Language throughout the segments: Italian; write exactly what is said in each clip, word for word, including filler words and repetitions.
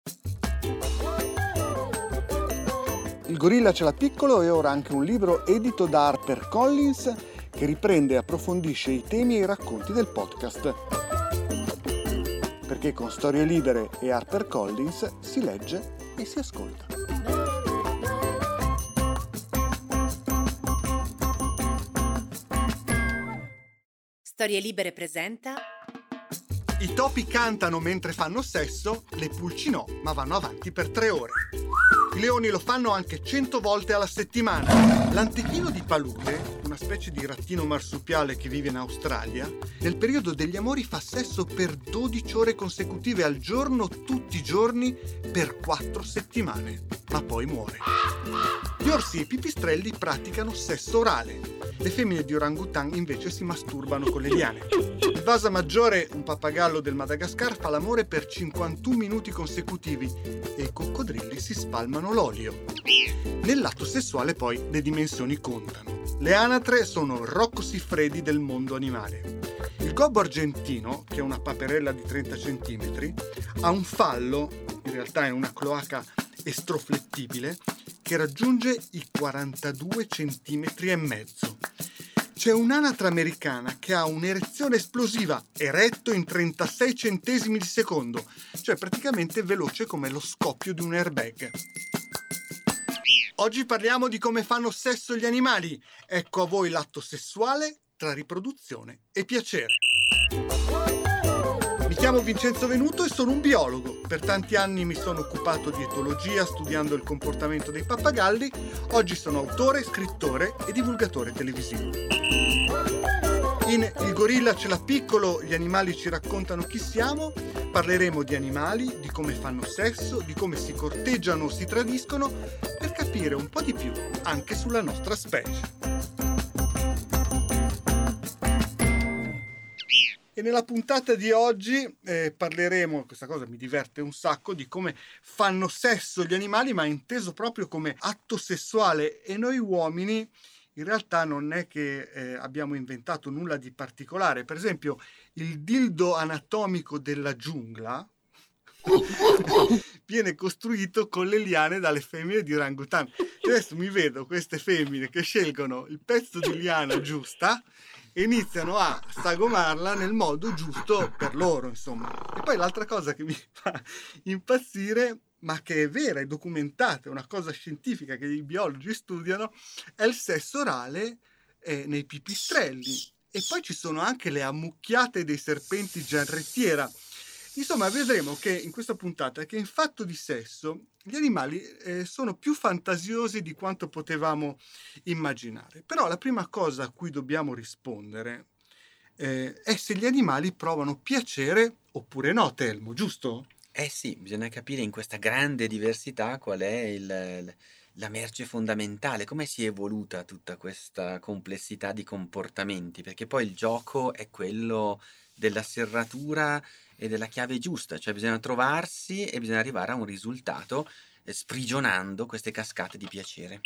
Il gorilla ce l'ha piccolo è ora anche un libro edito da HarperCollins che riprende e approfondisce i temi e i racconti del podcast. Perché con Storie Libere e HarperCollins si legge e si ascolta. Storie Libere presenta... I topi cantano mentre fanno sesso, le pulci no, ma vanno avanti per tre ore. I leoni lo fanno anche cento volte alla settimana. L'antechino di palude, una specie di rattino marsupiale che vive in Australia, nel periodo degli amori fa sesso per dodici ore consecutive al giorno, tutti i giorni, per quattro settimane, ma poi muore. Gli orsi e i pipistrelli praticano sesso orale. Le femmine di orangutan invece si masturbano con le liane. Il vasa maggiore, un pappagallo del Madagascar, fa l'amore per cinquantuno minuti consecutivi e i coccodrilli si spalmano l'olio. Nell'atto sessuale poi le dimensioni contano. Le anatre sono il Rocco Siffredi del mondo animale. Il gobbo argentino, che è una paperella di trenta centimetri, ha un fallo, in realtà è una cloaca estroflettibile, che raggiunge i quarantadue centimetri e mezzo. C'è un'anatra americana che ha un'erezione esplosiva, eretto in trentasei centesimi di secondo, cioè praticamente veloce come lo scoppio di un airbag. Oggi parliamo di come fanno sesso gli animali. Ecco a voi l'atto sessuale tra riproduzione e piacere. Mi chiamo Vincenzo Venuto e sono un biologo. Per tanti anni mi sono occupato di etologia studiando il comportamento dei pappagalli. Oggi sono autore, scrittore e divulgatore televisivo. In Il gorilla ce l'ha piccolo, gli animali ci raccontano chi siamo. Parleremo di animali, di come fanno sesso, di come si corteggiano o si tradiscono, per capire un po' di più anche sulla nostra specie. E nella puntata di oggi eh, parleremo, questa cosa mi diverte un sacco, di come fanno sesso gli animali, ma inteso proprio come atto sessuale. E noi uomini in realtà non è che eh, abbiamo inventato nulla di particolare. Per esempio, il dildo anatomico della giungla viene costruito con le liane dalle femmine di orangutan. Adesso mi vedo queste femmine che scelgono il pezzo di liana giusta e iniziano a sagomarla nel modo giusto per loro, insomma. E poi l'altra cosa che mi fa impazzire, ma che è vera, è documentata, è una cosa scientifica che i biologi studiano, è il sesso orale eh, nei pipistrelli. E poi ci sono anche le ammucchiate dei serpenti giarrettiera. Insomma, vedremo che in questa puntata che in fatto di sesso gli animali eh, sono più fantasiosi di quanto potevamo immaginare. Però la prima cosa a cui dobbiamo rispondere eh, è se gli animali provano piacere oppure no, Telmo, giusto? Eh sì, bisogna capire in questa grande diversità qual è il, la merce fondamentale, come si è evoluta tutta questa complessità di comportamenti, perché poi il gioco è quello della serratura e della chiave giusta, cioè bisogna trovarsi e bisogna arrivare a un risultato eh, sprigionando queste cascate di piacere.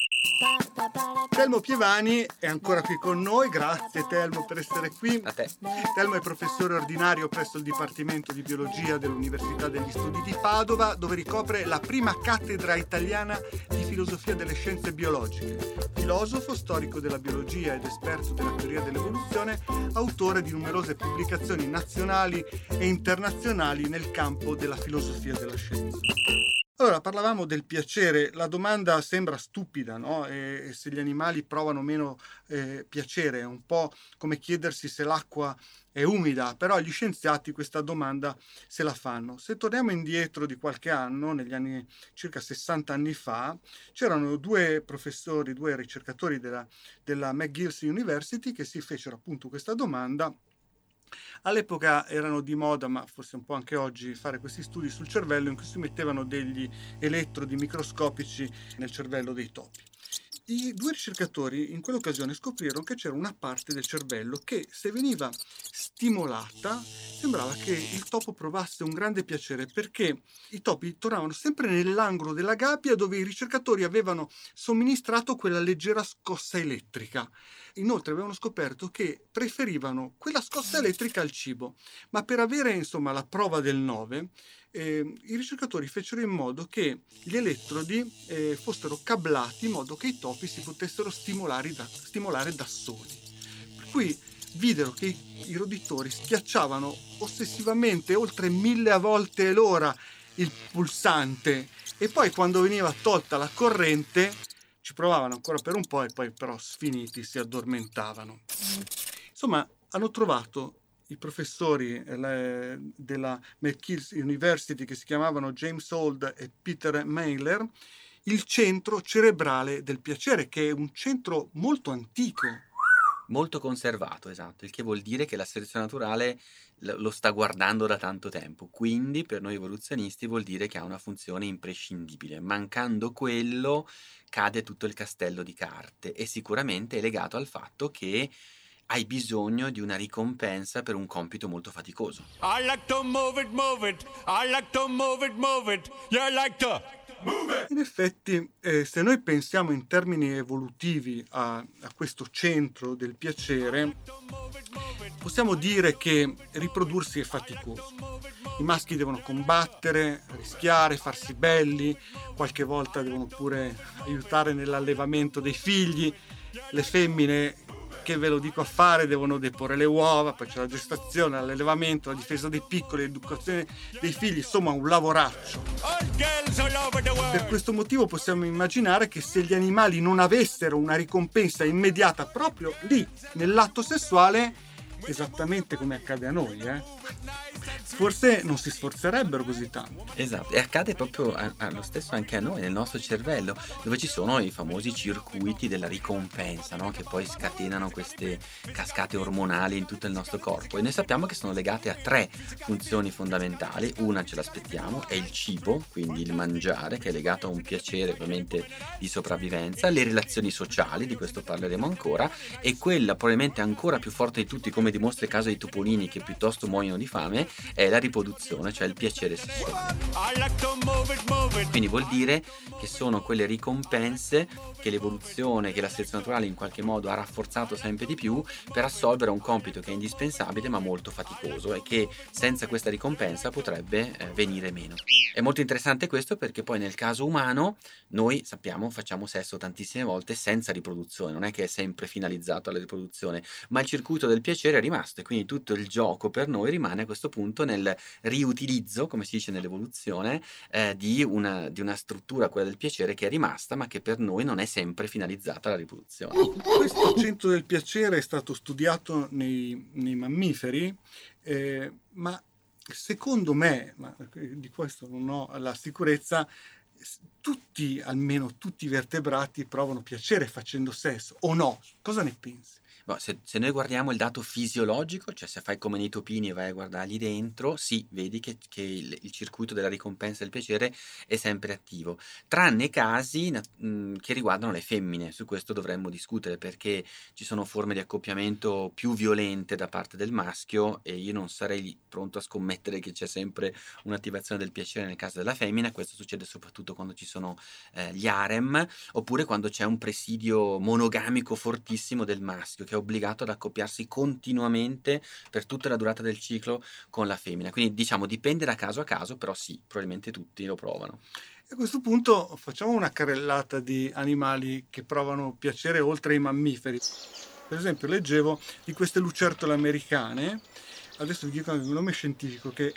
Telmo Pievani è ancora qui con noi, grazie Telmo per essere qui. A te. Telmo è professore ordinario presso il Dipartimento di Biologia dell'Università degli Studi di Padova, dove ricopre la prima cattedra italiana di filosofia delle scienze biologiche. Filosofo, storico della biologia ed esperto della teoria dell'evoluzione, autore di numerose pubblicazioni nazionali e internazionali nel campo della filosofia della scienza. Allora, parlavamo del piacere, la domanda sembra stupida, no? E, e se gli animali provano meno eh, piacere, è un po' come chiedersi se l'acqua è umida, però gli scienziati questa domanda se la fanno. Se torniamo indietro di qualche anno, negli anni circa sessanta anni fa, c'erano due professori, due ricercatori della, della McGill University che si fecero appunto questa domanda. All'epoca erano di moda, ma forse un po' anche oggi, fare questi studi sul cervello in cui si mettevano degli elettrodi microscopici nel cervello dei topi. I due ricercatori in quell'occasione scoprirono che c'era una parte del cervello che, se veniva stimolata, sembrava che il topo provasse un grande piacere, perché i topi tornavano sempre nell'angolo della gabbia dove i ricercatori avevano somministrato quella leggera scossa elettrica. Inoltre avevano scoperto che preferivano quella scossa elettrica al cibo, ma per avere insomma la prova del nove eh, i ricercatori fecero in modo che gli elettrodi eh, fossero cablati in modo che i topi si potessero stimolare da, stimolare da soli. Per cui videro che i, i roditori schiacciavano ossessivamente oltre mille volte l'ora il pulsante e poi quando veniva tolta la corrente ci provavano ancora per un po' e poi però sfiniti si addormentavano. Insomma, hanno trovato i professori eh, della McGill University che si chiamavano James Old e Peter Mailer il centro cerebrale del piacere, che è un centro molto antico. Molto conservato, esatto, il che vuol dire che la selezione naturale l- lo sta guardando da tanto tempo, quindi per noi evoluzionisti vuol dire che ha una funzione imprescindibile. Mancando quello cade tutto il castello di carte e sicuramente è legato al fatto che hai bisogno di una ricompensa per un compito molto faticoso. I like to move it, move it. I like to move it, move it. You like to move it. In effetti, eh, se noi pensiamo in termini evolutivi a, a questo centro del piacere, possiamo dire che riprodursi è faticoso. I maschi devono combattere, rischiare, farsi belli, qualche volta devono pure aiutare nell'allevamento dei figli. Le femmine, che ve lo dico a fare, devono deporre le uova, poi c'è la gestazione, l'allevamento, la difesa dei piccoli, l'educazione dei figli, insomma un lavoraccio. Per questo motivo possiamo immaginare che se gli animali non avessero una ricompensa immediata proprio lì, nell'atto sessuale, esattamente come accade a noi, eh? forse non si sforzerebbero così tanto. Esatto, e accade proprio a- allo stesso anche a noi, nel nostro cervello, dove ci sono i famosi circuiti della ricompensa, no? Che poi scatenano queste cascate ormonali in tutto il nostro corpo. E noi sappiamo che sono legate a tre funzioni fondamentali. Una ce l'aspettiamo, è il cibo, quindi il mangiare, che è legato a un piacere ovviamente di sopravvivenza, le relazioni sociali, di questo parleremo ancora, e quella probabilmente ancora più forte di tutti, come dimostra il caso dei topolini che piuttosto muoiono di fame, è la riproduzione, cioè il piacere sessuale. Quindi vuol dire che sono quelle ricompense che l'evoluzione, che la selezione naturale in qualche modo ha rafforzato sempre di più per assolvere un compito che è indispensabile ma molto faticoso e che senza questa ricompensa potrebbe eh, venire meno. È molto interessante questo perché poi nel caso umano noi sappiamo facciamo sesso tantissime volte senza riproduzione, non è che è sempre finalizzato alla riproduzione, ma il circuito del piacere è rimasto e quindi tutto il gioco per noi rimane a questo punto nel riutilizzo, come si dice nell'evoluzione, eh, di, una, di una struttura, quella del piacere, che è rimasta ma che per noi non è sempre finalizzata alla riproduzione. Questo centro del piacere è stato studiato nei, nei mammiferi, eh, ma secondo me, ma di questo non ho la sicurezza, tutti, almeno tutti i vertebrati provano piacere facendo sesso, o no? Cosa ne pensi? Boh, se, se noi guardiamo il dato fisiologico, cioè se fai come nei topini e vai a guardarli dentro, sì, vedi che, che il, il circuito della ricompensa e del piacere è sempre attivo, tranne casi na- mh, che riguardano le femmine. Su questo dovremmo discutere perché ci sono forme di accoppiamento più violente da parte del maschio e io non sarei pronto a scommettere che c'è sempre un'attivazione del piacere nel caso della femmina. Questo succede soprattutto quando ci sono eh, gli harem oppure quando c'è un presidio monogamico fortissimo del maschio che è obbligato ad accoppiarsi continuamente per tutta la durata del ciclo con la femmina. Quindi diciamo dipende da caso a caso, però sì, probabilmente tutti lo provano. E a questo punto facciamo una carrellata di animali che provano piacere oltre ai mammiferi. Per esempio leggevo di queste lucertole americane, adesso vi dico anche il nome scientifico, che è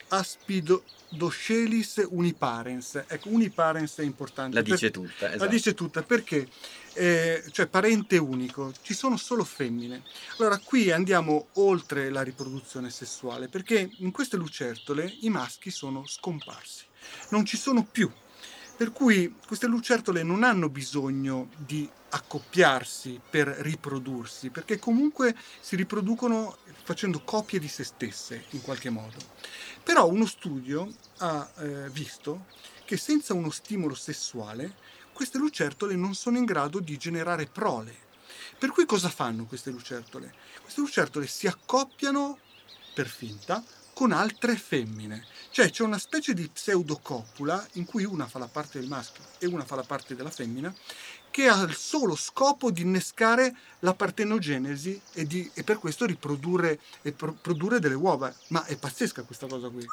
Aspidoscelis uniparens. Ecco, uniparens è importante. La dice per- tutta, La esatto. dice tutta perché, eh, cioè parente unico, ci sono solo femmine. Allora qui andiamo oltre la riproduzione sessuale, perché in queste lucertole i maschi sono scomparsi, non ci sono più. Per cui queste lucertole non hanno bisogno di accoppiarsi per riprodursi, perché comunque si riproducono facendo copie di se stesse in qualche modo. Però uno studio ha eh, visto che senza uno stimolo sessuale queste lucertole non sono in grado di generare prole. Per cui cosa fanno queste lucertole? Queste lucertole si accoppiano per finta con altre femmine. Cioè c'è una specie di pseudocopula in cui una fa la parte del maschio e una fa la parte della femmina, che ha il solo scopo di innescare la partenogenesi e, di, e per questo riprodurre e pro- produrre delle uova. Ma è pazzesca questa cosa qui.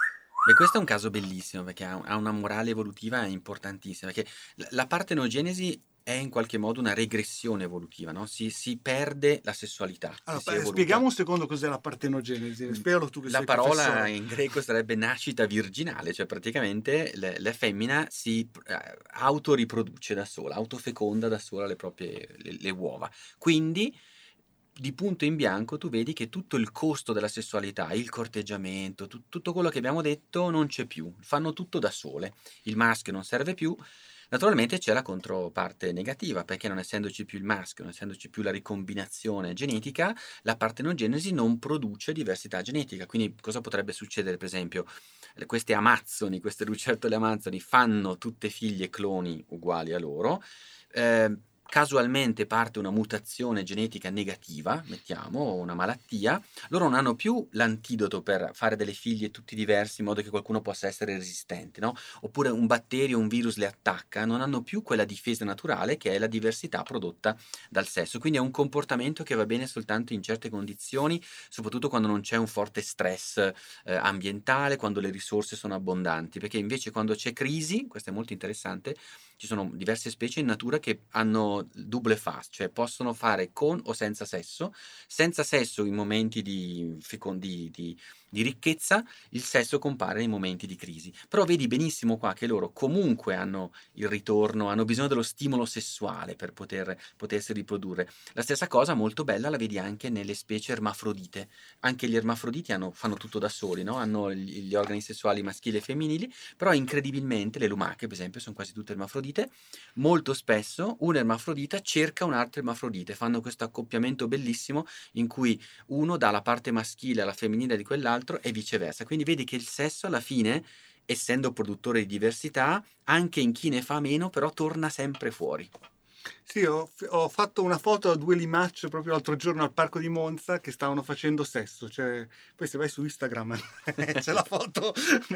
Beh, questo è un caso bellissimo perché ha ha una morale evolutiva importantissima, perché l la partenogenesi è in qualche modo una regressione evolutiva, no, si si perde la sessualità se Allora, si è pa- evoluta. spieghiamo un secondo cos'è la partenogenesi, Mhmm, spiegalo tu che la sei parola professore. in greco sarebbe nascita virginale, cioè praticamente le la femmina si p ehm, autoriproduce da sola, autofeconda da sola le proprie le le uova. Quindi, di punto in bianco tu vedi che tutto il costo della sessualità, il corteggiamento, tu tutto quello che abbiamo detto non c'è più, fanno tutto da sole. Il maschio non serve più. Naturalmente c'è la controparte negativa, perché non essendoci più il maschio, non essendoci più la ricombinazione genetica, la partenogenesi non produce diversità genetica. Quindi cosa potrebbe succedere? Per esempio, le- queste amazzoni, queste lucertole amazzoni fanno tutte figlie cloni uguali a loro. ehm, Casualmente parte una mutazione genetica negativa, mettiamo, o una malattia, loro non hanno più l'antidoto per fare delle figlie tutti diversi in modo che qualcuno possa essere resistente, no? Oppure un batterio, un virus le attacca, non hanno più quella difesa naturale che è la diversità prodotta dal sesso. Quindi è un comportamento che va bene soltanto in certe condizioni, soprattutto quando non c'è un forte stress eh, ambientale, quando le risorse sono abbondanti, perché invece quando c'è crisi, questo è molto interessante, ci sono diverse specie in natura che hanno double fast, cioè possono fare con o senza sesso, senza sesso in momenti di, fecon- di, di- di ricchezza, il sesso compare nei momenti di crisi. Però vedi benissimo qua che loro comunque hanno il ritorno, hanno bisogno dello stimolo sessuale per poter, potersi riprodurre. La stessa cosa molto bella la vedi anche nelle specie ermafrodite. Anche gli ermafroditi hanno- fanno tutto da soli, no? Hanno gli, gli organi sessuali maschili e femminili, però incredibilmente le lumache, per esempio, sono quasi tutte ermafrodite. Molto spesso un ermafrodita cerca un altro ermafrodite, fanno questo accoppiamento bellissimo in cui uno dà la parte maschile alla femminile di quell'altro e viceversa. Quindi vedi che il sesso alla fine, essendo produttore di diversità, anche in chi ne fa meno, però torna sempre fuori. Sì, ho, ho fatto una foto a due limacce proprio l'altro giorno al parco di Monza che stavano facendo sesso. Cioè, poi se vai su Instagram c'è la foto.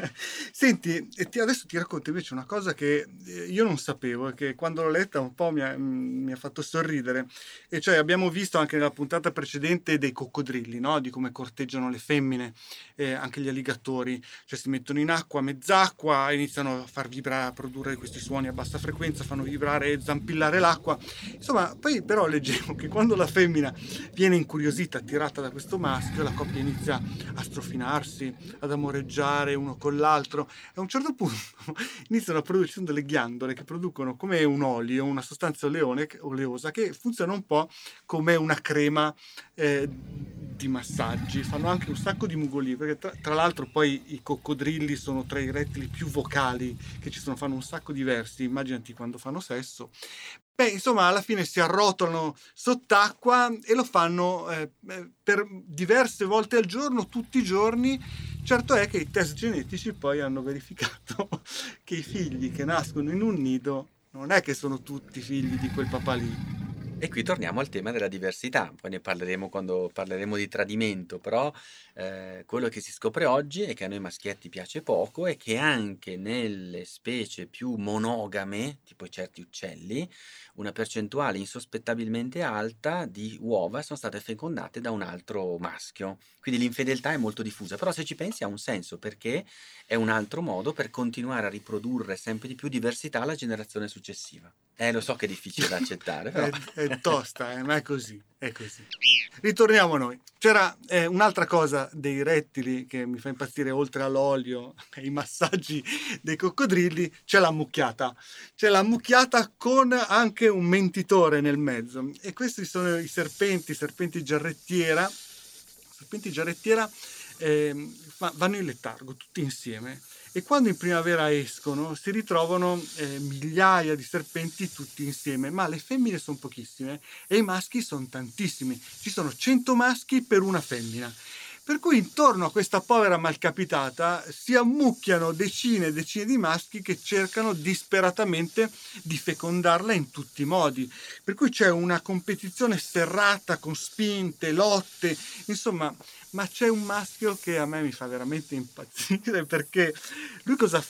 Senti, e ti- adesso ti racconto invece una cosa che eh, io non sapevo e che quando l'ho letta un po' mi ha, mm, mi ha fatto sorridere. E cioè abbiamo visto anche nella puntata precedente dei coccodrilli, no? Di come corteggiano le femmine, eh, anche gli alligatori. Cioè si mettono in acqua, mezz'acqua, iniziano a far vibrare, a produrre questi suoni a bassa frequenza, fanno vibrare e zampillare l'acqua. Insomma, poi però leggevo che quando la femmina viene incuriosita, attirata da questo maschio, la coppia inizia a strofinarsi, ad amoreggiare uno con l'altro e a un certo punto iniziano a produrre delle ghiandole che producono come un olio, una sostanza oleone, oleosa che funziona un po' come una crema eh, di massaggi. Fanno anche un sacco di mugoli, perché tra, tra l'altro poi i coccodrilli sono tra i rettili più vocali che ci sono, fanno un sacco di versi, immaginati quando fanno sesso. Beh, insomma, alla fine si arrotolano sott'acqua e lo fanno eh, per diverse volte al giorno, tutti i giorni. Certo è che i test genetici poi hanno verificato che i figli che nascono in un nido non è che sono tutti figli di quel papà lì. E qui torniamo al tema della diversità, poi ne parleremo quando parleremo di tradimento, però eh, quello che si scopre oggi è che a noi maschietti piace poco e che anche nelle specie più monogame, tipo certi uccelli, una percentuale insospettabilmente alta di uova sono state fecondate da un altro maschio. Quindi l'infedeltà è molto diffusa, però se ci pensi ha un senso perché è un altro modo per continuare a riprodurre sempre di più diversità alla generazione successiva. Eh, lo so che è difficile da accettare, però. È, è tosta, eh, ma è così, è così. Ritorniamo a noi. C'era eh, un'altra cosa dei rettili che mi fa impazzire, oltre all'olio e ai massaggi dei coccodrilli, c'è la mucchiata. C'è la mucchiata con anche un mentitore nel mezzo. E questi sono i serpenti, serpenti giarrettiera. Serpenti giarrettiera eh, vanno in letargo tutti insieme e quando in primavera escono si ritrovano eh, migliaia di serpenti tutti insieme, ma le femmine sono pochissime e i maschi sono tantissimi, ci sono cento maschi per una femmina. Per cui intorno a questa povera malcapitata si ammucchiano decine e decine di maschi che cercano disperatamente di fecondarla in tutti i modi. Per cui c'è una competizione serrata con spinte, lotte, insomma, ma c'è un maschio che a me mi fa veramente impazzire perché lui cosa fa?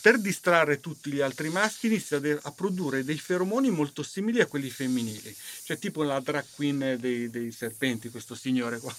per distrarre tutti gli altri maschi inizia a, de- a produrre dei feromoni molto simili a quelli femminili, cioè tipo la drag queen dei, dei serpenti, questo signore qua.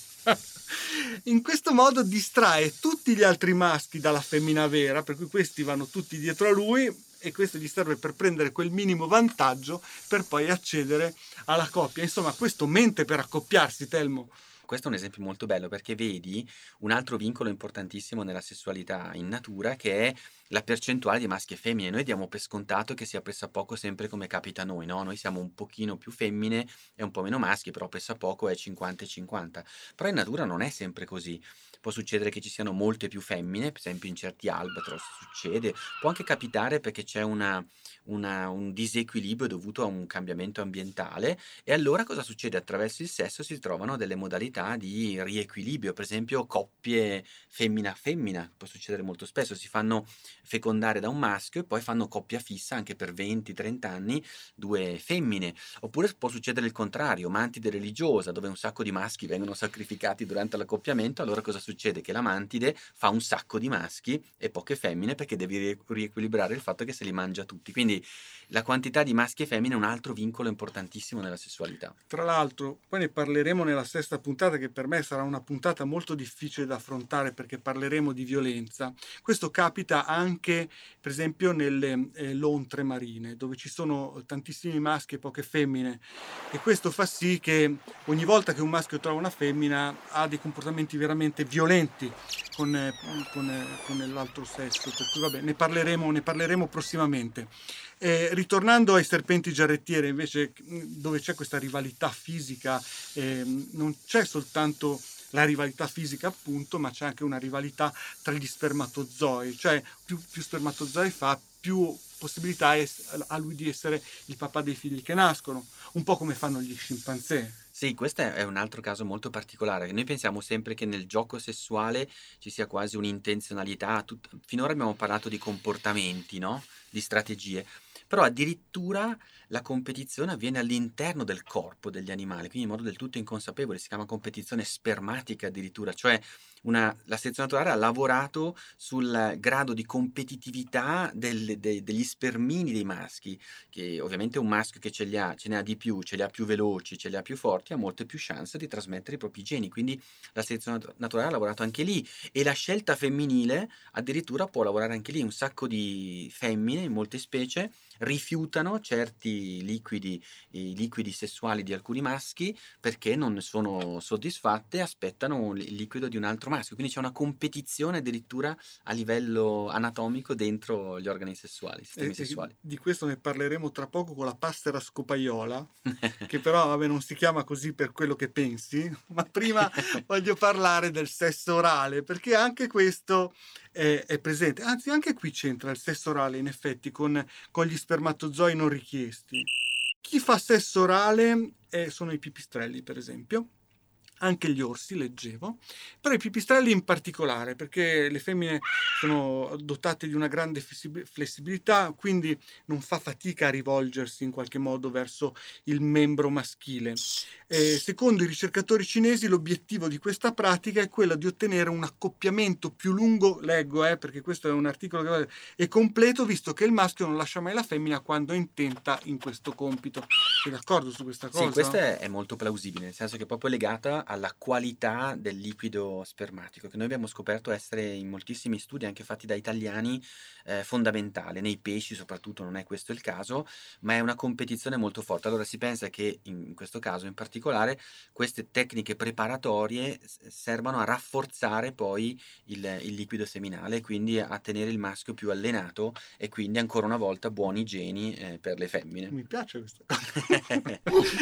In questo modo distrae tutti gli altri maschi dalla femmina vera, per cui questi vanno tutti dietro a lui e questo gli serve per prendere quel minimo vantaggio per poi accedere alla coppia. Insomma, questo mente per accoppiarsi, Telmo. Questo è un esempio molto bello perché vedi un altro vincolo importantissimo nella sessualità in natura, che è la percentuale di maschi e femmine. Noi diamo per scontato che sia pressappoco sempre come capita a noi, no? Noi siamo un pochino più femmine e un po' meno maschi, però pressappoco è cinquanta e cinquanta. Però in natura non è sempre così. Può succedere che ci siano molte più femmine, per esempio in certi albatros succede. Può anche capitare perché c'è una, una- un disequilibrio dovuto a un cambiamento ambientale, e allora cosa succede? Attraverso il sesso si trovano delle modalità di riequilibrio, per esempio coppie femmina-femmina, può succedere molto spesso, si fanno fecondare da un maschio e poi fanno coppia fissa anche per venti trenta anni due femmine. Oppure può succedere il contrario, mantide religiosa, dove un sacco di maschi vengono sacrificati durante l'accoppiamento, allora cosa succede? Che la mantide fa un sacco di maschi e poche femmine perché devi rie- riequilibrare il fatto che se li mangia tutti. Quindi la quantità di maschi e femmine è un altro vincolo importantissimo nella sessualità. Tra l'altro, poi ne parleremo nella sesta puntata, che per me sarà una puntata molto difficile da affrontare perché parleremo di violenza. Questo capita anche, per esempio, nelle eh, lontre marine, dove ci sono tantissimi maschi e poche femmine, e questo fa sì che ogni volta che un maschio trova una femmina ha dei comportamenti veramente violenti con, eh, con, eh, con l'altro sesso. Per cui, vabbè, ne parleremo, ne parleremo prossimamente. Eh, ritornando ai serpenti giarrettiere, invece, dove c'è questa rivalità fisica, eh, non c'è soltanto la rivalità fisica appunto, ma c'è anche una rivalità tra gli spermatozoi, cioè più, più spermatozoi fa, più possibilità ha lui di essere il papà dei figli che nascono, un po' come fanno gli scimpanzé. Sì, questo è un altro caso molto particolare. Noi pensiamo sempre che nel gioco sessuale ci sia quasi un'intenzionalità. tut- Finora abbiamo parlato di comportamenti, no? Di strategie. Però addirittura la competizione avviene all'interno del corpo degli animali, quindi in modo del tutto inconsapevole. Si chiama competizione spermatica addirittura, cioè una- la selezione naturale ha lavorato sul grado di competitività del- de- degli spermini dei maschi, che ovviamente un maschio che ce li ha, ce ne ha di più, ce li ha più veloci, ce li ha più forti, ha molte più chance di trasmettere i propri geni. Quindi la selezione nat- naturale ha lavorato anche lì, e la scelta femminile addirittura può lavorare anche lì. Un sacco di femmine in molte specie rifiutano certi liquidi, i liquidi sessuali di alcuni maschi perché non ne sono soddisfatte e aspettano il liquido di un altro maschio. Quindi c'è una competizione addirittura a livello anatomico dentro gli organi sessuali, i sistemi E, e sessuali. di questo ne parleremo tra poco con la passera scopaiola, che però vabbè, non si chiama così per quello che pensi, ma prima voglio parlare del sesso orale, perché anche questo è, è presente, anzi anche qui c'entra il sesso orale in effetti con, con gli spermatozoi non richiesti. Chi fa sesso orale eh, sono i pipistrelli, per esempio. Anche gli orsi, leggevo, però i pipistrelli in particolare, perché le femmine sono dotate di una grande flessibilità, quindi non fa fatica a rivolgersi in qualche modo verso il membro maschile. Eh, secondo i ricercatori cinesi, l'obiettivo di questa pratica è quello di ottenere un accoppiamento più lungo, leggo, eh, perché questo è un articolo che è completo, visto che il maschio non lascia mai la femmina quando è intenta in questo compito. Sei d'accordo su questa cosa? Sì, questa è, è molto plausibile, nel senso che è proprio legata alla qualità del liquido spermatico, che noi abbiamo scoperto essere in moltissimi studi, anche fatti da italiani, eh, fondamentale. Nei pesci soprattutto non è questo il caso, ma è una competizione molto forte. Allora si pensa che in questo caso in particolare queste tecniche preparatorie s- servano a rafforzare poi il, il liquido seminale, quindi a tenere il maschio più allenato e quindi ancora una volta buoni geni, eh, per le femmine. Mi piace questa cosa.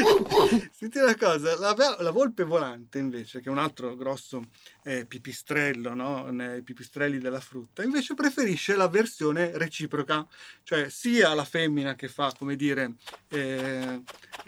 Senti una cosa, la, la volpe volante invece, che è un altro grosso eh, pipistrello, no? Nei pipistrelli della frutta, invece preferisce la versione reciproca, cioè sia la femmina che fa, come dire, eh,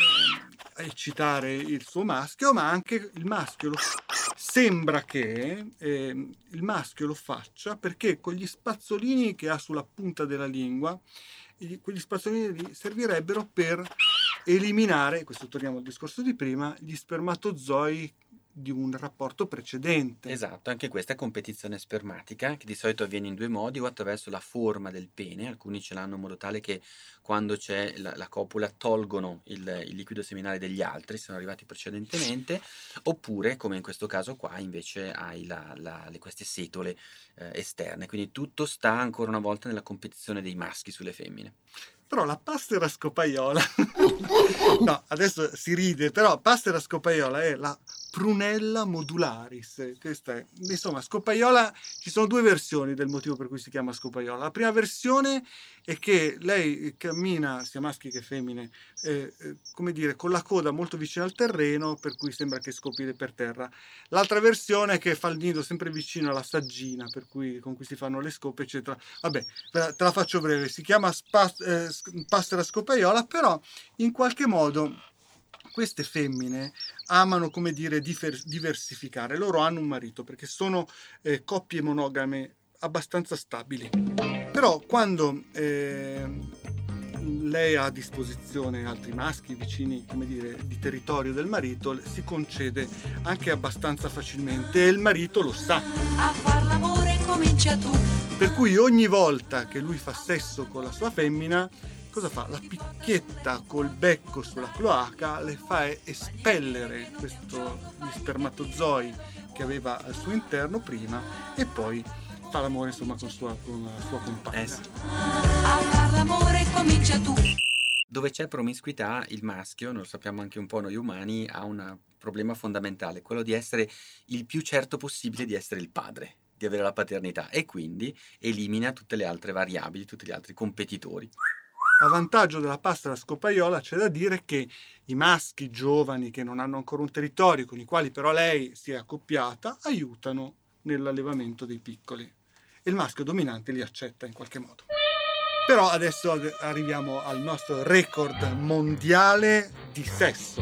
eh, eccitare il suo maschio, ma anche il maschio. Lo, sembra che eh, il maschio lo faccia perché con gli spazzolini che ha sulla punta della lingua, quegli spazzolini lì servirebbero per eliminare, questo torniamo al discorso di prima, gli spermatozoi di un rapporto precedente. Esatto, anche questa è competizione spermatica, che di solito avviene in due modi, o attraverso la forma del pene, alcuni ce l'hanno in modo tale che quando c'è la, la copula tolgono il, il liquido seminale degli altri, sono arrivati precedentemente, oppure, come in questo caso qua, invece hai la, la, le, queste setole eh, esterne, quindi tutto sta ancora una volta nella competizione dei maschi sulle femmine. Però la Pastera scopaiola, no, adesso si ride, però Pastera scopaiola è la Prunella modularis. Questa è, insomma, scopaiola, ci sono due versioni del motivo per cui si chiama scopaiola. La prima versione è che lei cammina, sia maschi che femmine, eh, eh, come dire, con la coda molto vicina al terreno, per cui sembra che scopi per terra. L'altra versione è che fa il nido sempre vicino alla saggina, per cui, con cui si fanno le scope, eccetera. Vabbè, te la faccio breve, si chiama spa, eh, Pastera scopaiola, però in qualche modo queste femmine amano, come dire, diversificare. Loro hanno un marito perché sono eh, coppie monogame abbastanza stabili. Però quando eh, lei ha a disposizione altri maschi vicini, come dire, di territorio del marito, si concede anche abbastanza facilmente e il marito lo sa. A far l'amore comincia tu. Per cui ogni volta che lui fa sesso con la sua femmina, cosa fa? La picchietta col becco sulla cloaca, le fa espellere questo, gli spermatozoi che aveva al suo interno prima, e poi fa l'amore, insomma, con, sua, con la sua compagna. Eh sì. A far l'amore comincia tu. Dove c'è promiscuità, il maschio, lo sappiamo anche un po' noi umani, ha un problema fondamentale, quello di essere il più certo possibile di essere il padre, di avere la paternità, e quindi elimina tutte le altre variabili, tutti gli altri competitori. A vantaggio della Pastera scopaiola c'è da dire che i maschi giovani che non hanno ancora un territorio, con i quali però lei si è accoppiata, aiutano nell'allevamento dei piccoli, e il maschio dominante li accetta in qualche modo. Però adesso arriviamo al nostro record mondiale di sesso.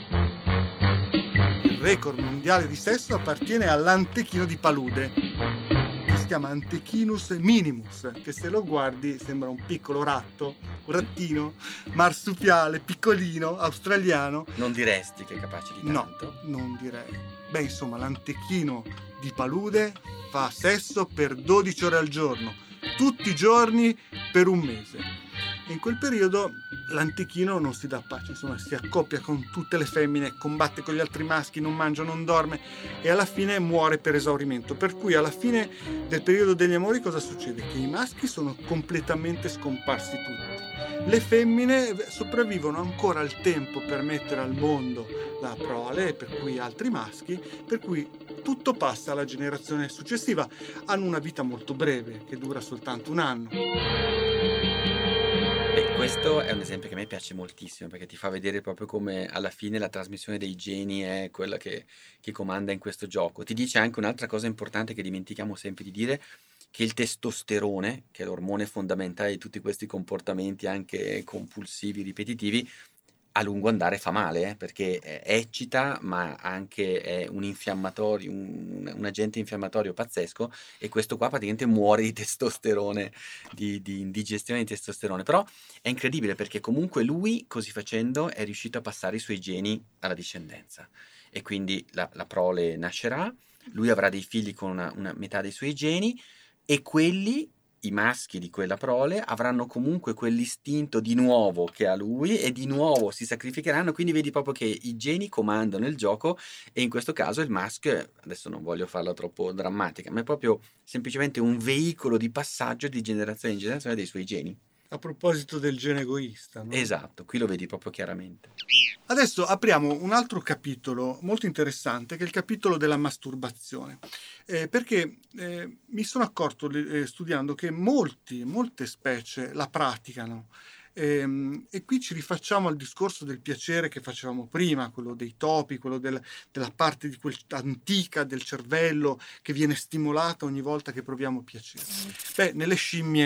Il record mondiale di sesso appartiene all'antechino di palude, che si chiama Antechinus minimus, che se lo guardi sembra un piccolo ratto, un rattino marsupiale, piccolino, australiano. Non diresti che è capace di tanto? No, non direi. Beh, insomma, l'antechino di palude fa sesso per dodici ore al giorno, tutti i giorni per un mese. E in quel periodo l'antechino non si dà pace, insomma, si accoppia con tutte le femmine, combatte con gli altri maschi, non mangia, non dorme e alla fine muore per esaurimento. Per cui alla fine del periodo degli amori cosa succede? Che i maschi sono completamente scomparsi tutti. Le femmine sopravvivono ancora il tempo per mettere al mondo la prole, per cui altri maschi, per cui tutto passa alla generazione successiva. Hanno una vita molto breve, che dura soltanto un anno. Beh, questo è un esempio che a me piace moltissimo, perché ti fa vedere proprio come alla fine la trasmissione dei geni è quella che, che comanda in questo gioco. Ti dice anche un'altra cosa importante che dimentichiamo sempre di dire, che il testosterone, che è l'ormone fondamentale di tutti questi comportamenti anche compulsivi, ripetitivi, a lungo andare fa male, eh, perché eh, eccita, ma anche è un infiammatorio, un, un agente infiammatorio pazzesco, e questo qua praticamente muore di testosterone, di, di indigestione di testosterone. Però è incredibile, perché comunque lui, così facendo, è riuscito a passare i suoi geni alla discendenza, e quindi la, la prole nascerà, lui avrà dei figli con una, una metà dei suoi geni, e quelli, i maschi di quella prole, avranno comunque quell'istinto di nuovo che ha lui, e di nuovo si sacrificheranno. Quindi vedi proprio che i geni comandano il gioco, e in questo caso il maschio, adesso non voglio farla troppo drammatica, ma è proprio semplicemente un veicolo di passaggio di generazione in generazione dei suoi geni. A proposito del gene egoista, no? Esatto, qui lo vedi proprio chiaramente. Adesso apriamo un altro capitolo molto interessante, che è il capitolo della masturbazione, eh, perché eh, mi sono accorto eh, studiando che molti, molte specie la praticano. E, e qui ci rifacciamo al discorso del piacere che facevamo prima, quello dei topi, quello del, della parte di quel, antica del cervello che viene stimolata ogni volta che proviamo piacere. Beh, nelle scimmie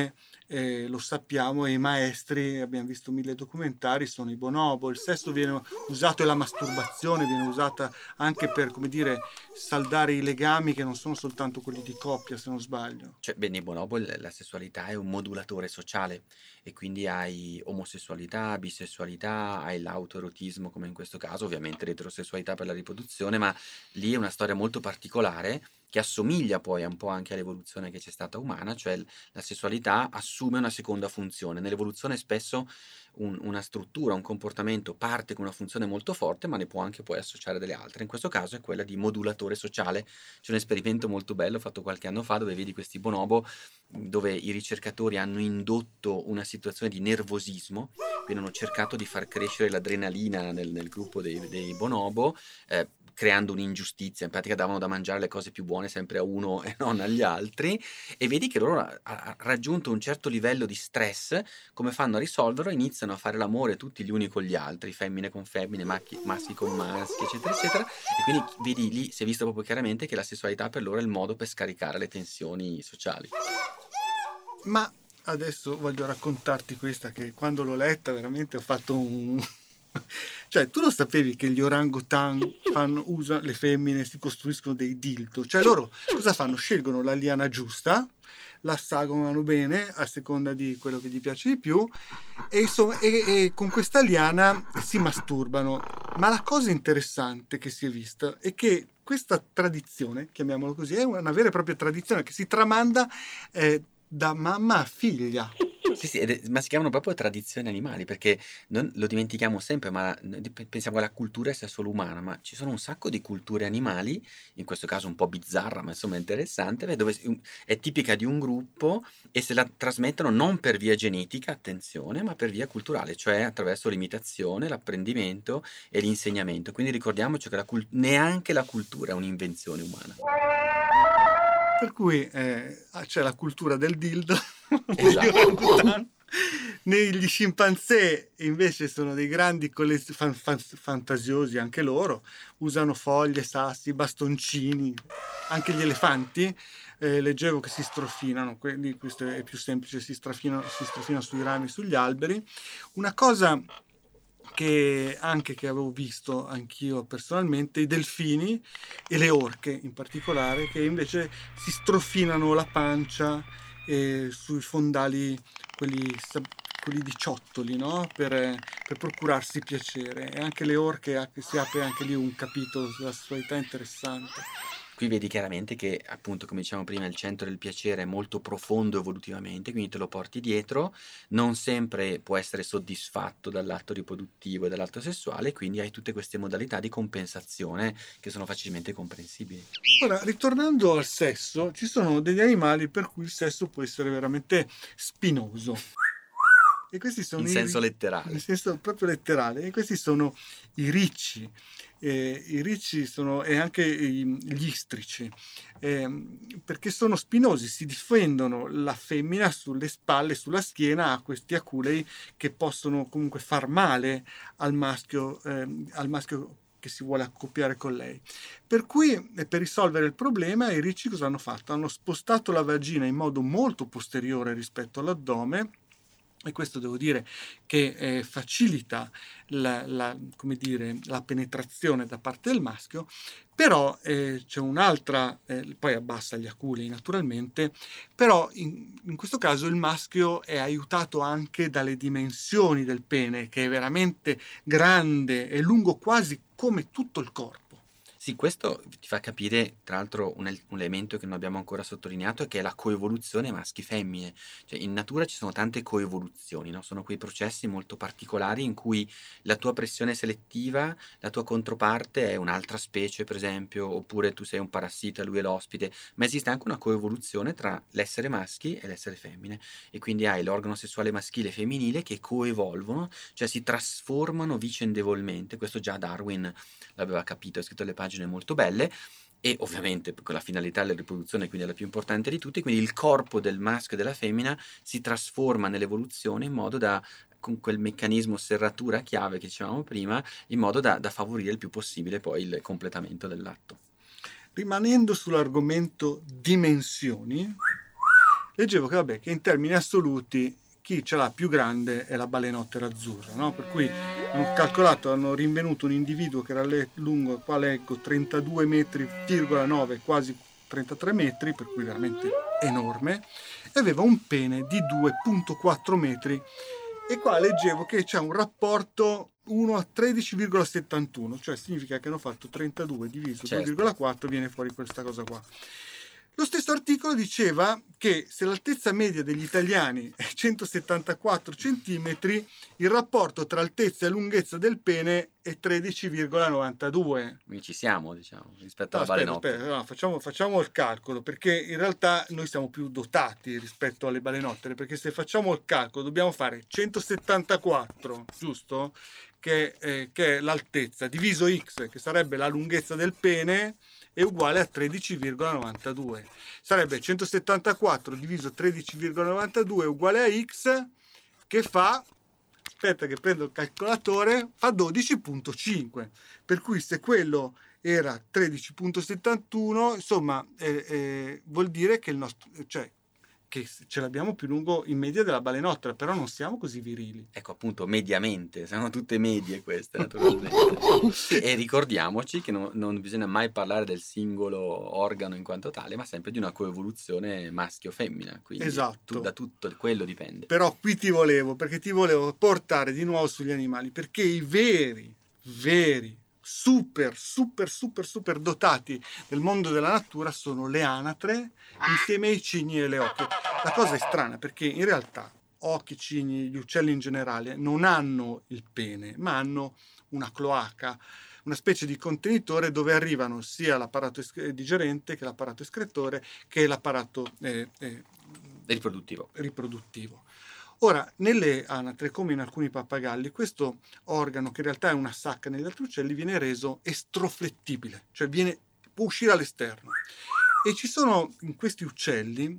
eh, lo sappiamo, e i maestri, abbiamo visto mille documentari, sono i bonobo. Il sesso viene usato, e la masturbazione viene usata anche per, come dire, saldare i legami che non sono soltanto quelli di coppia, se non sbaglio. Cioè, beh, nei bonobo il- la sessualità è un modulatore sociale e quindi hai omosessualità, bisessualità, hai l'autoerotismo come in questo caso, ovviamente l'eterosessualità per la riproduzione, ma lì è una storia molto particolare che assomiglia poi un po' anche all'evoluzione che c'è stata umana, cioè l- la sessualità assume una seconda funzione. Nell'evoluzione spesso un- una struttura, un comportamento parte con una funzione molto forte, ma ne può anche poi associare delle altre. In questo caso è quella di modulatore sociale. C'è un esperimento molto bello fatto qualche anno fa dove vedi questi bonobo dove i ricercatori hanno indotto una situazione di nervosismo, quindi hanno cercato di far crescere l'adrenalina nel, nel gruppo dei, dei bonobo, eh, creando un'ingiustizia. In pratica davano da mangiare le cose più buone sempre a uno e non agli altri, e vedi che loro ha, ha raggiunto un certo livello di stress. Come fanno a risolverlo? Iniziano a fare l'amore tutti gli uni con gli altri, femmine con femmine, macchi- maschi con maschi, eccetera, eccetera. E quindi vedi lì, si è visto proprio chiaramente che la sessualità per loro è il modo per scaricare le tensioni sociali. Ma adesso voglio raccontarti questa, che quando l'ho letta veramente ho fatto un... Cioè, tu lo sapevi che gli orangutan fanno, usa, le femmine si costruiscono dei dildo? Cioè, loro cosa fanno? Scelgono la liana giusta, la sagomano bene a seconda di quello che gli piace di più, e, insomma, e, e con questa liana si masturbano. Ma la cosa interessante che si è vista è che questa tradizione, chiamiamolo così, è una vera e propria tradizione che si tramanda eh, da mamma a figlia. Sì, sì, ed è- ma si chiamano proprio tradizioni animali, perché non lo dimentichiamo sempre, ma noi di- pensiamo che la cultura sia solo umana, ma ci sono un sacco di culture animali, in questo caso un po' bizzarra, ma insomma interessante, beh, dove si- è tipica di un gruppo e se la trasmettono non per via genetica, attenzione, ma per via culturale, cioè attraverso l'imitazione, l'apprendimento e l'insegnamento. Quindi ricordiamoci che la cul- neanche la cultura è un'invenzione umana. Per cui eh, c'è la cultura del dildo negli Esatto. orangutan. Negli scimpanzé invece sono dei grandi collez- fan- fan- fantasiosi anche loro, usano foglie, sassi, bastoncini. Anche gli elefanti, eh, leggevo che si strofinano, quindi questo è più semplice, si strofinano, si strofinano sui rami, sugli alberi. Una cosa che anche che avevo visto anch'io personalmente, i delfini e le orche in particolare, che invece si strofinano la pancia eh, sui fondali, quelli, sab- quelli di ciottoli, no? Per, eh, per procurarsi piacere. E anche le orche, ha- si apre anche lì un capitolo sulla sessualità interessante. Qui vedi chiaramente che, appunto, come dicevamo prima, il centro del piacere è molto profondo evolutivamente, quindi te lo porti dietro, non sempre può essere soddisfatto dall'atto riproduttivo e dall'atto sessuale, quindi hai tutte queste modalità di compensazione che sono facilmente comprensibili. Ora, ritornando al sesso, ci sono degli animali per cui il sesso può essere veramente spinoso. E questi sono In i senso ri- letterale. in senso proprio letterale. E questi sono i ricci. Eh, I ricci sono, e anche i- gli istrici, ehm, perché sono spinosi, si difendono la femmina sulle spalle, sulla schiena, ha questi aculei che possono comunque far male al maschio, ehm, al maschio che si vuole accoppiare con lei. Per cui, eh, per risolvere il problema, i ricci cosa hanno fatto? Hanno spostato la vagina in modo molto posteriore rispetto all'addome, e questo devo dire che eh, facilita la, la, come dire, la penetrazione da parte del maschio, però eh, c'è un'altra, eh, poi abbassa gli aculei naturalmente, però in, in questo caso il maschio è aiutato anche dalle dimensioni del pene, che è veramente grande e lungo quasi come tutto il corpo. Sì, questo ti fa capire, tra l'altro, un, el- un elemento che non abbiamo ancora sottolineato, che è la coevoluzione maschi-femmine. Cioè, in natura ci sono tante coevoluzioni, no? Sono quei processi molto particolari in cui la tua pressione selettiva, la tua controparte è un'altra specie, per esempio, oppure tu sei un parassita, lui è l'ospite, ma esiste anche una coevoluzione tra l'essere maschi e l'essere femmine. E quindi hai l'organo sessuale maschile e femminile che coevolvono, cioè si trasformano vicendevolmente. Questo già Darwin l'aveva capito, ha scritto le pagine molto belle, e ovviamente con la finalità della riproduzione, quindi è la più importante di tutti, quindi il corpo del maschio e della femmina si trasforma nell'evoluzione in modo da, con quel meccanismo serratura a chiave che dicevamo prima, in modo da, da favorire il più possibile poi il completamento dell'atto. Rimanendo sull'argomento dimensioni, leggevo che vabbè che in termini assoluti chi ce l'ha più grande è la balenottera azzurra, no? Per cui hanno calcolato, hanno rinvenuto un individuo che era le- lungo, qua leggo, trentadue metri, nove, quasi trentatré metri, per cui veramente enorme, e aveva un pene di due virgola quattro metri. E qua leggevo che c'è un rapporto uno a tredici virgola settantuno, cioè significa che hanno fatto trentadue diviso Certo. due virgola quattro, viene fuori questa cosa qua. Lo stesso articolo diceva che se l'altezza media degli italiani è centosettantaquattro centimetri, il rapporto tra altezza e lunghezza del pene è tredici virgola novantadue. Quindi ci siamo, diciamo, rispetto No, alla aspetta, balenottera. aspetta, no, facciamo, facciamo il calcolo, perché in realtà noi siamo più dotati rispetto alle balenottere, perché se facciamo il calcolo dobbiamo fare centosettantaquattro, giusto? Che, eh, che è l'altezza, diviso x, che sarebbe la lunghezza del pene, è uguale a tredici virgola novantadue. Sarebbe centosettantaquattro diviso tredici virgola novantadue uguale a x, che fa, aspetta che prendo il calcolatore, fa dodici virgola cinque. Per cui se quello era tredici virgola settantuno, insomma, eh, eh, vuol dire che il nostro, cioè, che ce l'abbiamo più lungo in media della balenottera, però non siamo così virili. Ecco, appunto, mediamente, sono tutte medie queste, naturalmente. E ricordiamoci che non, non bisogna mai parlare del singolo organo in quanto tale, ma sempre di una coevoluzione maschio-femmina, quindi Esatto. tu- da tutto quello dipende. Però qui ti volevo, perché ti volevo portare di nuovo sugli animali, perché i veri, veri, super, super, super, super dotati del mondo della natura sono le anatre insieme ai cigni e le oche. La cosa è strana perché in realtà occhi, cigni, gli uccelli in generale non hanno il pene, ma hanno una cloaca, una specie di contenitore dove arrivano sia l'apparato es- digerente che l'apparato escretore che l'apparato eh, eh, Riproduttivo. riproduttivo. Ora, nelle anatre, come in alcuni pappagalli, questo organo, che in realtà è una sacca negli altri uccelli, viene reso estroflettibile, cioè viene, può uscire all'esterno. E ci sono in questi uccelli,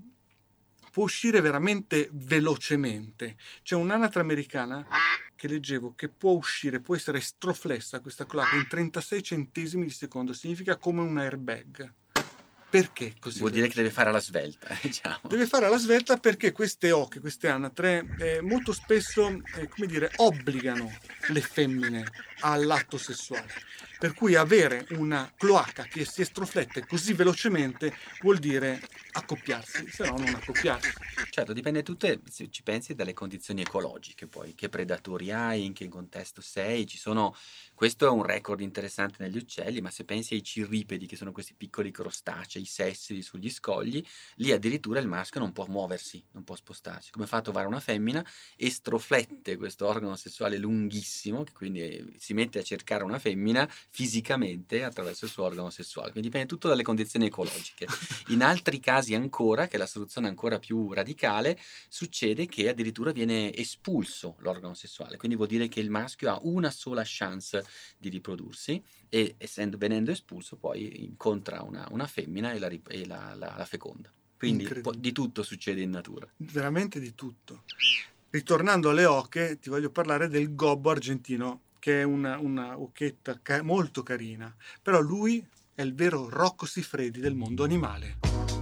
può uscire veramente velocemente. C'è un'anatra americana che leggevo che può uscire, può essere estroflessa questa cloaca in trentasei centesimi di secondo, significa come un airbag. Perché così? Vuol dire che deve fare alla svelta, diciamo. Deve fare alla svelta perché queste oche, queste anatre, eh, molto spesso, eh, come dire, obbligano le femmine all'atto sessuale. Per cui avere una cloaca che si estroflette così velocemente vuol dire accoppiarsi, se no non accoppiarsi. Certo, dipende tutto, se ci pensi, dalle condizioni ecologiche poi, che predatori hai, in che contesto sei, ci sono, questo è un record interessante negli uccelli, ma se pensi ai cirripedi, che sono questi piccoli crostacei, sessili sugli scogli, lì addirittura il maschio non può muoversi, non può spostarsi. Come fa a trovare una femmina? Estroflette questo organo sessuale lunghissimo, che quindi si mette a cercare una femmina fisicamente attraverso il suo organo sessuale, quindi dipende tutto dalle condizioni ecologiche. In altri casi ancora, che è la soluzione ancora più radicale, succede che addirittura viene espulso l'organo sessuale, quindi vuol dire che il maschio ha una sola chance di riprodursi e essendo, venendo espulso poi incontra una, una femmina e la, rip- e la, la- la feconda. Quindi Incredibile. po- di tutto succede in natura. Veramente di tutto. Ritornando alle oche, ti voglio parlare del gobbo argentino, che è una, una occhetta ca- molto carina, però lui è il vero Rocco Siffredi del mondo animale.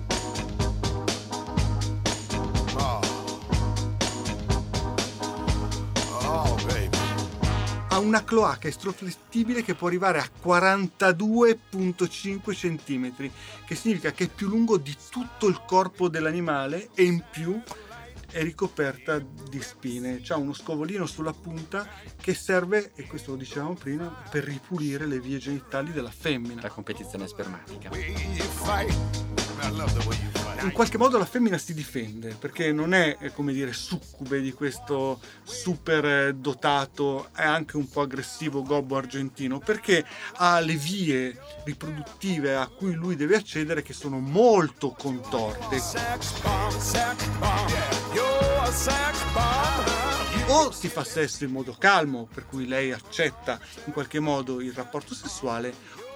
Oh, baby. Ha una cloaca estroflettibile che può arrivare a quarantadue virgola cinque centimetri, che significa che è più lungo di tutto il corpo dell'animale e in più è ricoperta di spine. C'ha uno scovolino sulla punta che serve, e questo lo dicevamo prima, per ripulire le vie genitali della femmina. La competizione spermatica. Way you fight. I love the way you fight. In qualche modo la femmina si difende perché non è, eh, come dire, succube di questo super eh, dotato e anche un po' aggressivo gobbo argentino, perché ha le vie riproduttive a cui lui deve accedere che sono molto contorte. Sex bomb, sex bomb. Yeah, you're a sex bomb. O si fa sesso in modo calmo, per cui lei accetta in qualche modo il rapporto sessuale,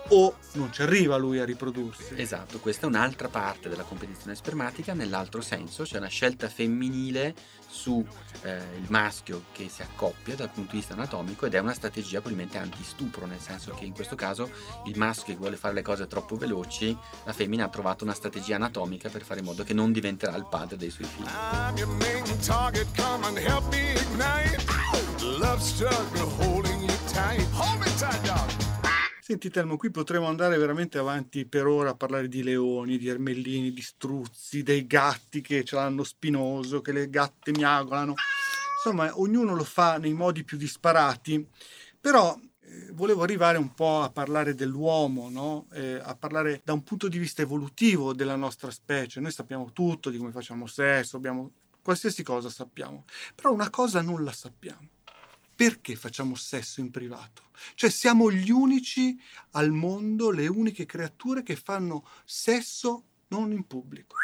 o non ci arriva lui a riprodursi. Esatto, questa è un'altra parte della competizione spermatica, nell'altro senso, c'è una scelta femminile su eh, il maschio che si accoppia dal punto di vista anatomico, ed è una strategia probabilmente antistupro, nel senso che in questo caso il maschio che vuole fare le cose troppo veloci, la femmina ha trovato una strategia anatomica per fare in modo che non diventerà il padre dei suoi figli. I'm your main target, come and help me ignite. Love struggle holding you tight. Hold me tight, dog. Senti Telmo, qui potremmo andare veramente avanti per ora a parlare di leoni, di ermellini, di struzzi, dei gatti che ce l'hanno spinoso, che le gatte miagolano. Insomma, ognuno lo fa nei modi più disparati, però eh, volevo arrivare un po' a parlare dell'uomo, no? Eh, a parlare da un punto di vista evolutivo della nostra specie. Noi sappiamo tutto di come facciamo sesso, abbiamo qualsiasi cosa sappiamo, però una cosa non la sappiamo. Perché facciamo sesso in privato? Cioè siamo gli unici al mondo, le uniche creature che fanno sesso non in pubblico.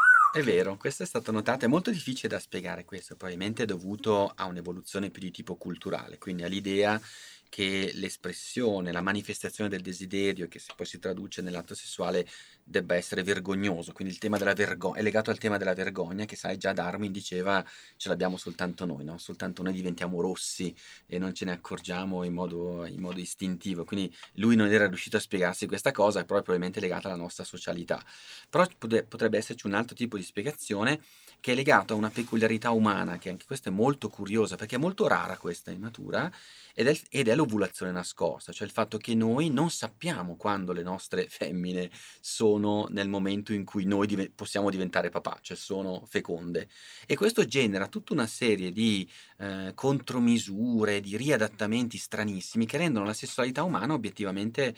È vero, questo è stato notato, è molto difficile da spiegare questo, probabilmente è dovuto a un'evoluzione più di tipo culturale, quindi all'idea che l'espressione, la manifestazione del desiderio, che poi si traduce nell'atto sessuale, debba essere vergognoso. Quindi il tema della vergogna è legato al tema della vergogna, che sai, già Darwin diceva ce l'abbiamo soltanto noi, no? Soltanto noi diventiamo rossi e non ce ne accorgiamo in modo, in modo istintivo. Quindi lui non era riuscito a spiegarsi questa cosa, è proprio probabilmente legata alla nostra socialità. Però potrebbe esserci un altro tipo di spiegazione che è legato a una peculiarità umana, che anche questa è molto curiosa, perché è molto rara questa in natura, ed è, ed è l'ovulazione nascosta, cioè il fatto che noi non sappiamo quando le nostre femmine sono nel momento in cui noi div- possiamo diventare papà, cioè sono feconde. E questo genera tutta una serie di eh, contromisure, di riadattamenti stranissimi che rendono la sessualità umana obiettivamente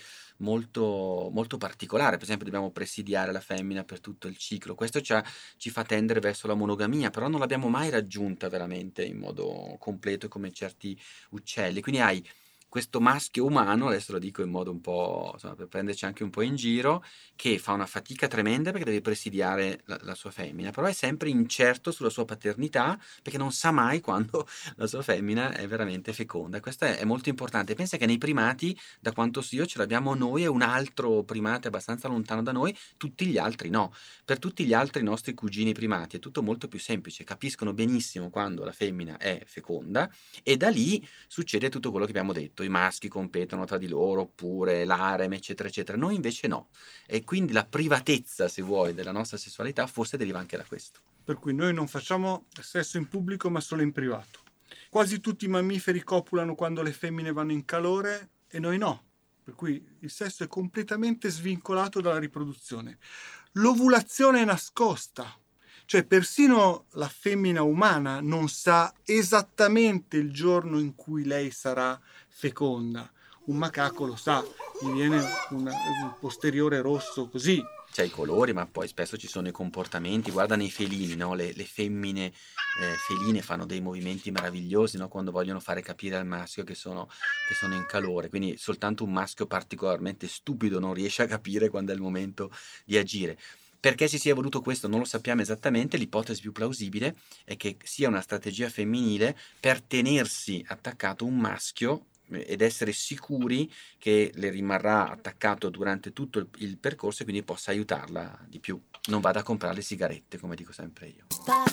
molto, molto particolare. Per esempio dobbiamo presidiare la femmina per tutto il ciclo, questo ci, ha, ci fa tendere verso la monogamia, però non l'abbiamo mai raggiunta veramente in modo completo come certi uccelli. Quindi hai questo maschio umano, adesso lo dico in modo un po', insomma, per prenderci anche un po' in giro, che fa una fatica tremenda perché deve presidiare la, la sua femmina, però è sempre incerto sulla sua paternità perché non sa mai quando la sua femmina è veramente feconda. Questo è, è molto importante. Pensa che nei primati, da quanto so io, ce l'abbiamo noi e un altro primate abbastanza lontano da noi, tutti gli altri no. Per tutti gli altri nostri cugini primati è tutto molto più semplice, capiscono benissimo quando la femmina è feconda e da lì succede tutto quello che abbiamo detto. I maschi competono tra di loro, oppure l'harem, eccetera, eccetera. Noi invece no. E quindi la privatezza, se vuoi, della nostra sessualità forse deriva anche da questo. Per cui noi non facciamo sesso in pubblico, ma solo in privato. Quasi tutti i mammiferi copulano quando le femmine vanno in calore e noi no. Per cui il sesso è completamente svincolato dalla riproduzione. L'ovulazione è nascosta. Cioè persino la femmina umana non sa esattamente il giorno in cui lei sarà feconda. Un macaco lo sa, gli viene una, un posteriore rosso così. C'è i colori, ma poi spesso ci sono i comportamenti. Guarda nei felini, no? le, le femmine eh, feline fanno dei movimenti meravigliosi, no? Quando vogliono fare capire al maschio che sono, che sono in calore. Quindi soltanto un maschio particolarmente stupido non riesce a capire quando è il momento di agire. Perché si sia evoluto questo non lo sappiamo esattamente, l'ipotesi più plausibile è che sia una strategia femminile per tenersi attaccato un maschio ed essere sicuri che le rimarrà attaccato durante tutto il, il percorso e quindi possa aiutarla di più. Non vada a comprare le sigarette, come dico sempre io.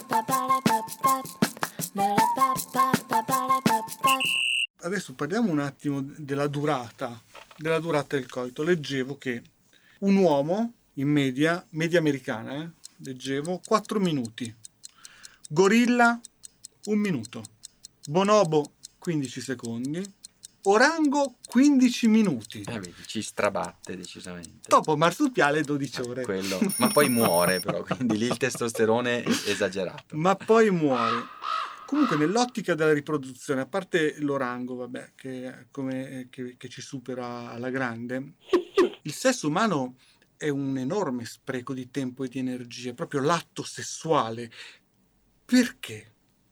Adesso parliamo un attimo della durata, della durata del coito. Leggevo che un uomo in media, media americana, eh, leggevo, quattro minuti. Gorilla, un minuto. Bonobo, quindici secondi. Orango, quindici minuti. Eh, vedi, ci strabatte decisamente. Topo marsupiale, dodici ore. Quello. Ma poi muore però, quindi lì il testosterone è esagerato. Ma poi muore. Comunque nell'ottica della riproduzione, a parte l'orango, vabbè, che, come, che, che ci supera alla grande, il sesso umano è un enorme spreco di tempo e di energia, proprio l'atto sessuale. Perché?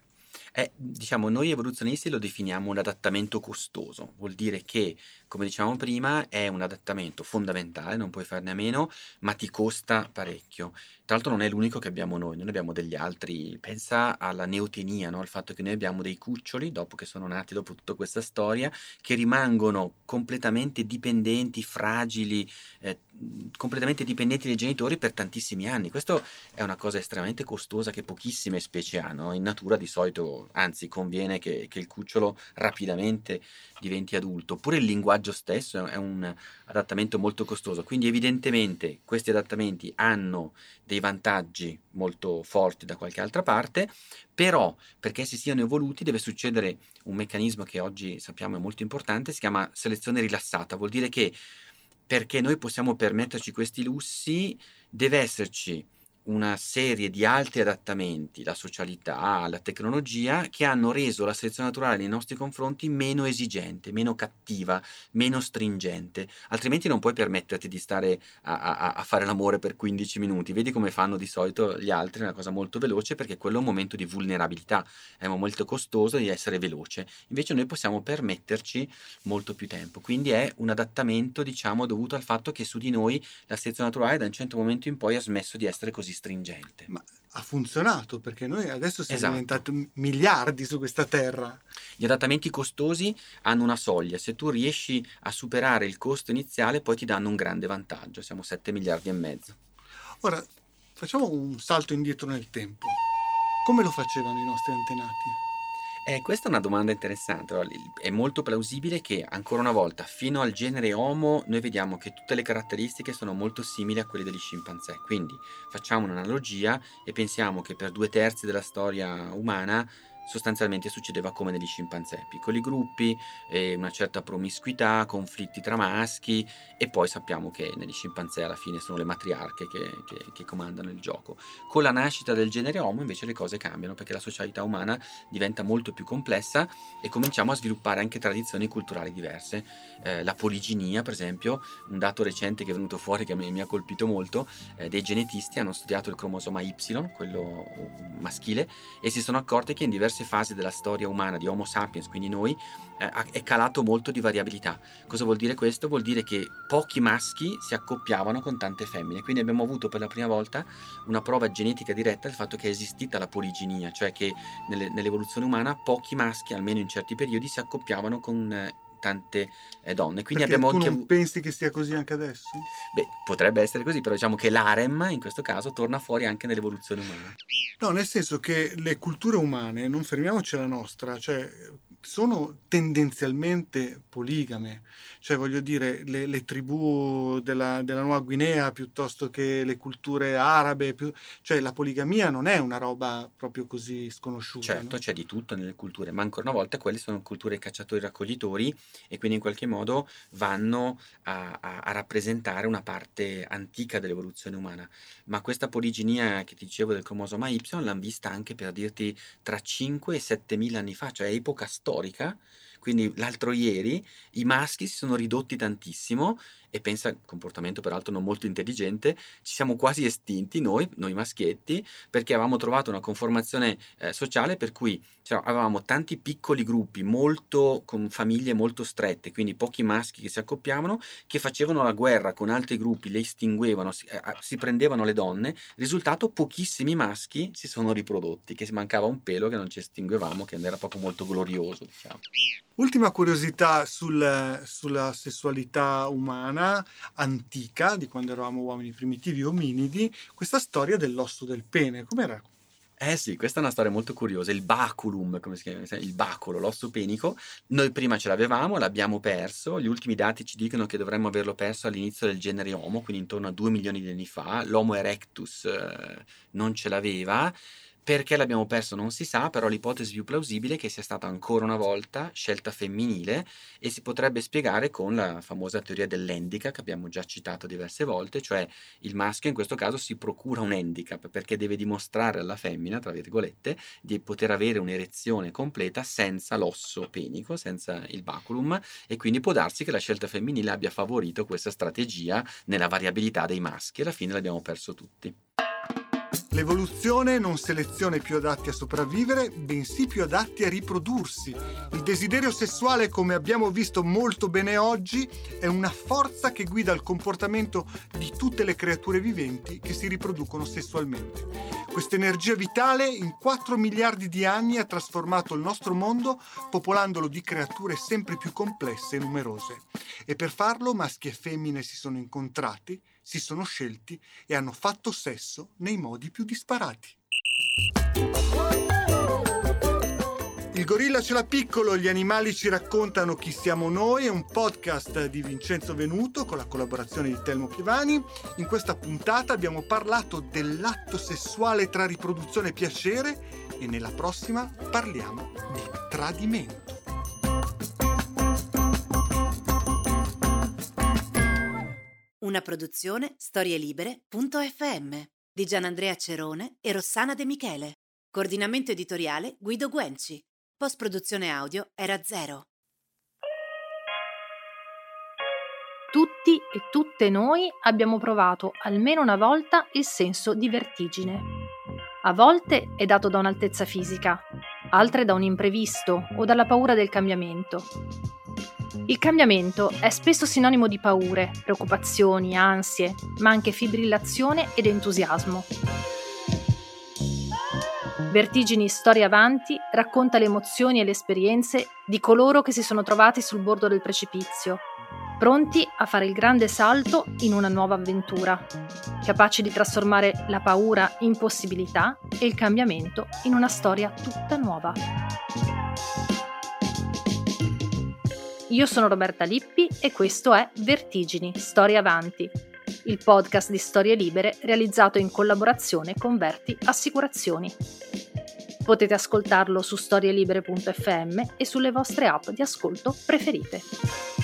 Eh, diciamo, noi evoluzionisti lo definiamo un adattamento costoso, vuol dire che, come dicevamo prima, è un adattamento fondamentale, non puoi farne a meno, ma ti costa parecchio. Tra l'altro non è l'unico che abbiamo noi, noi ne abbiamo degli altri. Pensa alla neotenia, no? Al fatto che noi abbiamo dei cuccioli, dopo che sono nati, dopo tutta questa storia, che rimangono completamente dipendenti, fragili, eh, completamente dipendenti dai genitori per tantissimi anni. Questo è una cosa estremamente costosa che pochissime specie hanno. In natura di solito, anzi, conviene che, che il cucciolo rapidamente diventi adulto. Oppure il linguaggio stesso è un adattamento molto costoso. Quindi evidentemente questi adattamenti hanno dei vantaggi molto forti da qualche altra parte, però perché si siano evoluti deve succedere un meccanismo che oggi sappiamo è molto importante, si chiama selezione rilassata. Vuol dire che perché noi possiamo permetterci questi lussi, deve esserci una serie di altri adattamenti, la socialità, la tecnologia, che hanno reso la selezione naturale nei nostri confronti meno esigente, meno cattiva, meno stringente. Altrimenti non puoi permetterti di stare a, a- a fare l'amore per quindici minuti. Vedi come fanno di solito gli altri, è una cosa molto veloce, perché quello è un momento di vulnerabilità, è un momento costoso di essere veloce. Invece noi possiamo permetterci molto più tempo. Quindi è un adattamento, diciamo, dovuto al fatto che su di noi la selezione naturale da un certo momento in poi ha smesso di essere così stringente. Ma ha funzionato perché noi adesso siamo Esatto. diventati miliardi su questa terra. Gli adattamenti costosi hanno una soglia, se tu riesci a superare il costo iniziale poi ti danno un grande vantaggio, siamo sette miliardi e mezzo. Ora facciamo un salto indietro nel tempo. Come lo facevano i nostri antenati? Eh, questa è una domanda interessante. Allora, il- è molto plausibile che, ancora una volta, fino al genere Homo, noi vediamo che tutte le caratteristiche sono molto simili a quelle degli scimpanzé. Quindi facciamo un'analogia e pensiamo che per due terzi della storia umana sostanzialmente succedeva come negli scimpanzé: piccoli gruppi, eh, una certa promiscuità, conflitti tra maschi, e poi sappiamo che negli scimpanzé alla fine sono le matriarche che, che- che comandano il gioco. Con la nascita del genere Homo invece le cose cambiano, perché la socialità umana diventa molto più complessa e cominciamo a sviluppare anche tradizioni culturali diverse. Eh, la poliginia, per esempio, un dato recente che è venuto fuori che mi, mi ha colpito molto, eh, dei genetisti hanno studiato il cromosoma Y, quello maschile, e si sono accorti che in diverse fasi della storia umana di Homo sapiens, quindi noi, eh, ha- è calato molto di variabilità. Cosa vuol dire questo? Vuol dire che pochi maschi si accoppiavano con tante femmine, quindi abbiamo avuto per la prima volta una prova genetica diretta del fatto che è esistita la poliginia, cioè che nelle- nell'evoluzione umana pochi maschi, almeno in certi periodi, si accoppiavano con eh, tante eh, donne. Quindi Perché abbiamo tu anche non avu- pensi che sia così anche adesso? Beh, potrebbe essere così, però diciamo che l'harem in questo caso torna fuori anche nell'evoluzione umana. No, nel senso che le culture umane, non fermiamoci alla nostra, cioè sono tendenzialmente poligame. Cioè voglio dire, le, le tribù della, della Nuova Guinea piuttosto che le culture arabe, più- cioè la poligamia non è una roba proprio così sconosciuta, Certo, no? c'è di tutto nelle culture, ma ancora una volta quelle sono culture cacciatori-raccoglitori e quindi in qualche modo vanno a, a- a rappresentare una parte antica dell'evoluzione umana. Ma questa poliginia che ti dicevo del cromosoma Y l'hanno vista anche, per dirti, tra cinque e sette mila anni fa, cioè epoca storica. Quindi l'altro ieri i maschi si sono ridotti tantissimo e pensa, comportamento peraltro non molto intelligente, ci siamo quasi estinti noi, noi maschietti, perché avevamo trovato una conformazione eh, sociale per cui cioè, avevamo tanti piccoli gruppi, molto, con famiglie molto strette, quindi pochi maschi che si accoppiavano, che facevano la guerra con altri gruppi, le estinguevano, si, eh, si prendevano le donne. Risultato, pochissimi maschi si sono riprodotti, che mancava un pelo, che non ci estinguevamo, che non era proprio molto glorioso, diciamo. Ultima curiosità sul- sulla sessualità umana antica, di quando eravamo uomini primitivi ominidi, questa storia dell'osso del pene, com'era? Eh sì, questa è una storia molto curiosa, il baculum, come si chiama? Il bacolo, l'osso penico. Noi prima ce l'avevamo, l'abbiamo perso, gli ultimi dati ci dicono che dovremmo averlo perso all'inizio del genere Homo, quindi intorno a due milioni di anni fa. L'Homo erectus eh, non ce l'aveva. Perché l'abbiamo perso non si sa, però l'ipotesi più plausibile è che sia stata ancora una volta scelta femminile e si potrebbe spiegare con la famosa teoria dell'handicap che abbiamo già citato diverse volte, cioè il maschio in questo caso si procura un handicap perché deve dimostrare alla femmina, tra virgolette, di poter avere un'erezione completa senza l'osso penico, senza il baculum, e quindi può darsi che la scelta femminile abbia favorito questa strategia nella variabilità dei maschi e alla fine l'abbiamo perso tutti. L'evoluzione non seleziona i più adatti a sopravvivere, bensì più adatti a riprodursi. Il desiderio sessuale, come abbiamo visto molto bene oggi, è una forza che guida il comportamento di tutte le creature viventi che si riproducono sessualmente. Questa energia vitale in quattro miliardi di anni ha trasformato il nostro mondo, popolandolo di creature sempre più complesse e numerose. E per farlo maschi e femmine si sono incontrati, si sono scelti e hanno fatto sesso nei modi più disparati. Il gorilla ce l'ha piccolo, gli animali ci raccontano chi siamo noi, è un podcast di Vincenzo Venuto con la collaborazione di Telmo Pievani. In questa puntata abbiamo parlato dell'atto sessuale tra riproduzione e piacere e nella prossima parliamo di tradimento. Una produzione storielibere punto effe emme di Gianandrea Cerone e Rossana De Michele. Coordinamento editoriale Guido Guenci. Post-produzione audio Era Zero. Tutti e tutte noi abbiamo provato almeno una volta il senso di vertigine. A volte è dato da un'altezza fisica, altre da un imprevisto o dalla paura del cambiamento. Il cambiamento è spesso sinonimo di paure, preoccupazioni, ansie, ma anche fibrillazione ed entusiasmo. Vertigini Storie Avanti racconta le emozioni e le esperienze di coloro che si sono trovati sul bordo del precipizio, pronti a fare il grande salto in una nuova avventura, capaci di trasformare la paura in possibilità e il cambiamento in una storia tutta nuova. Io sono Roberta Lippi e questo è Vertigini Storie Avanti, il podcast di storie libere realizzato in collaborazione con Verti Assicurazioni. Potete ascoltarlo su storielibere punto effe emme e sulle vostre app di ascolto preferite.